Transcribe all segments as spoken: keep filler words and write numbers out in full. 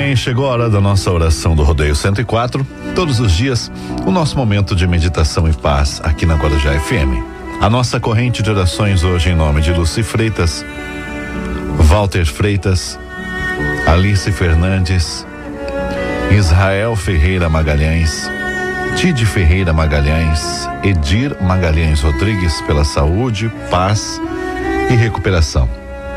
bem, chegou a hora da nossa oração do Rodeio cento e quatro. Todos os dias, o nosso momento de meditação e paz aqui na Guarujá F M. A nossa corrente de orações hoje em nome de Luci Freitas, Walter Freitas, Alice Fernandes, Israel Ferreira Magalhães, Tide Ferreira Magalhães, Edir Magalhães Rodrigues, pela saúde, paz e recuperação.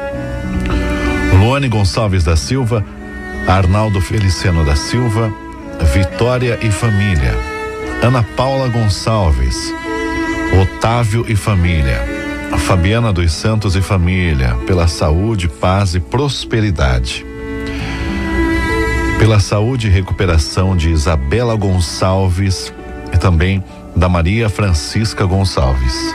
Luane Gonçalves da Silva, Arnaldo Feliciano da Silva, Vitória e família, Ana Paula Gonçalves, Otávio e família, Fabiana dos Santos e família, pela saúde, paz e prosperidade. Pela saúde e recuperação de Isabela Gonçalves e também da Maria Francisca Gonçalves.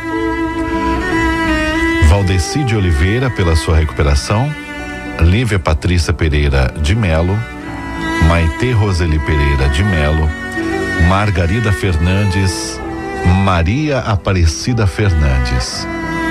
Valdeci de Oliveira, pela sua recuperação. Lívia Patrícia Pereira de Melo, Maitê Roseli Pereira de Melo, Margarida Fernandes, Maria Aparecida Fernandes.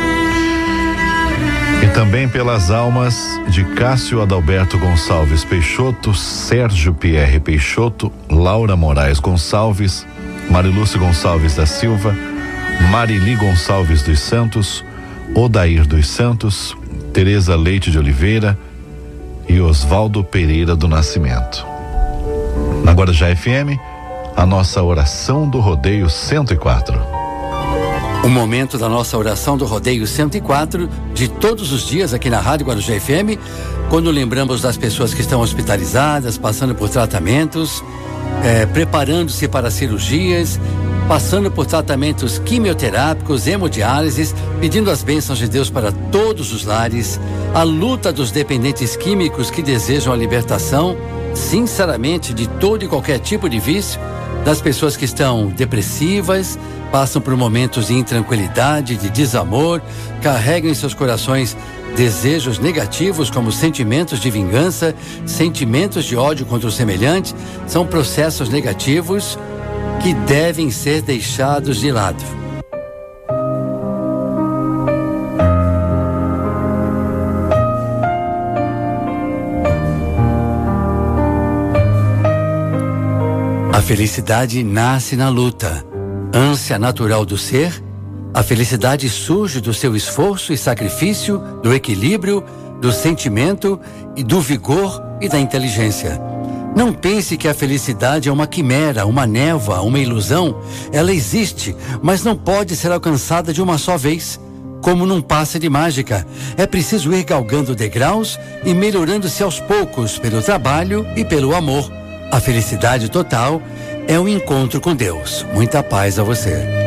E também pelas almas de Cássio Adalberto Gonçalves Peixoto, Sérgio Pierre Peixoto, Laura Moraes Gonçalves, Marilúcia Gonçalves da Silva, Marili Gonçalves dos Santos, Odair dos Santos, Tereza Leite de Oliveira e Osvaldo Pereira do Nascimento. Na Guarujá F M, a nossa oração do Rodeio cento e quatro. O momento da nossa oração do Rodeio cento e quatro, de todos os dias aqui na Rádio Guarujá F M, quando lembramos das pessoas que estão hospitalizadas, passando por tratamentos, eh, preparando-se para cirurgias, passando por tratamentos quimioterápicos, hemodiálises, pedindo as bênçãos de Deus para todos os lares, a luta dos dependentes químicos que desejam a libertação, sinceramente, de todo e qualquer tipo de vício, das pessoas que estão depressivas, passam por momentos de intranquilidade, de desamor, carregam em seus corações desejos negativos como sentimentos de vingança, sentimentos de ódio contra o semelhante, são processos negativos que devem ser deixados de lado. A felicidade nasce na luta, ânsia natural do ser. A felicidade surge do seu esforço e sacrifício, do equilíbrio, do sentimento e do vigor e da inteligência. Não pense que a felicidade é uma quimera, uma névoa, uma ilusão. Ela existe, mas não pode ser alcançada de uma só vez, como num passe de mágica. É preciso ir galgando degraus e melhorando-se aos poucos pelo trabalho e pelo amor. A felicidade total é um encontro com Deus. Muita paz a você.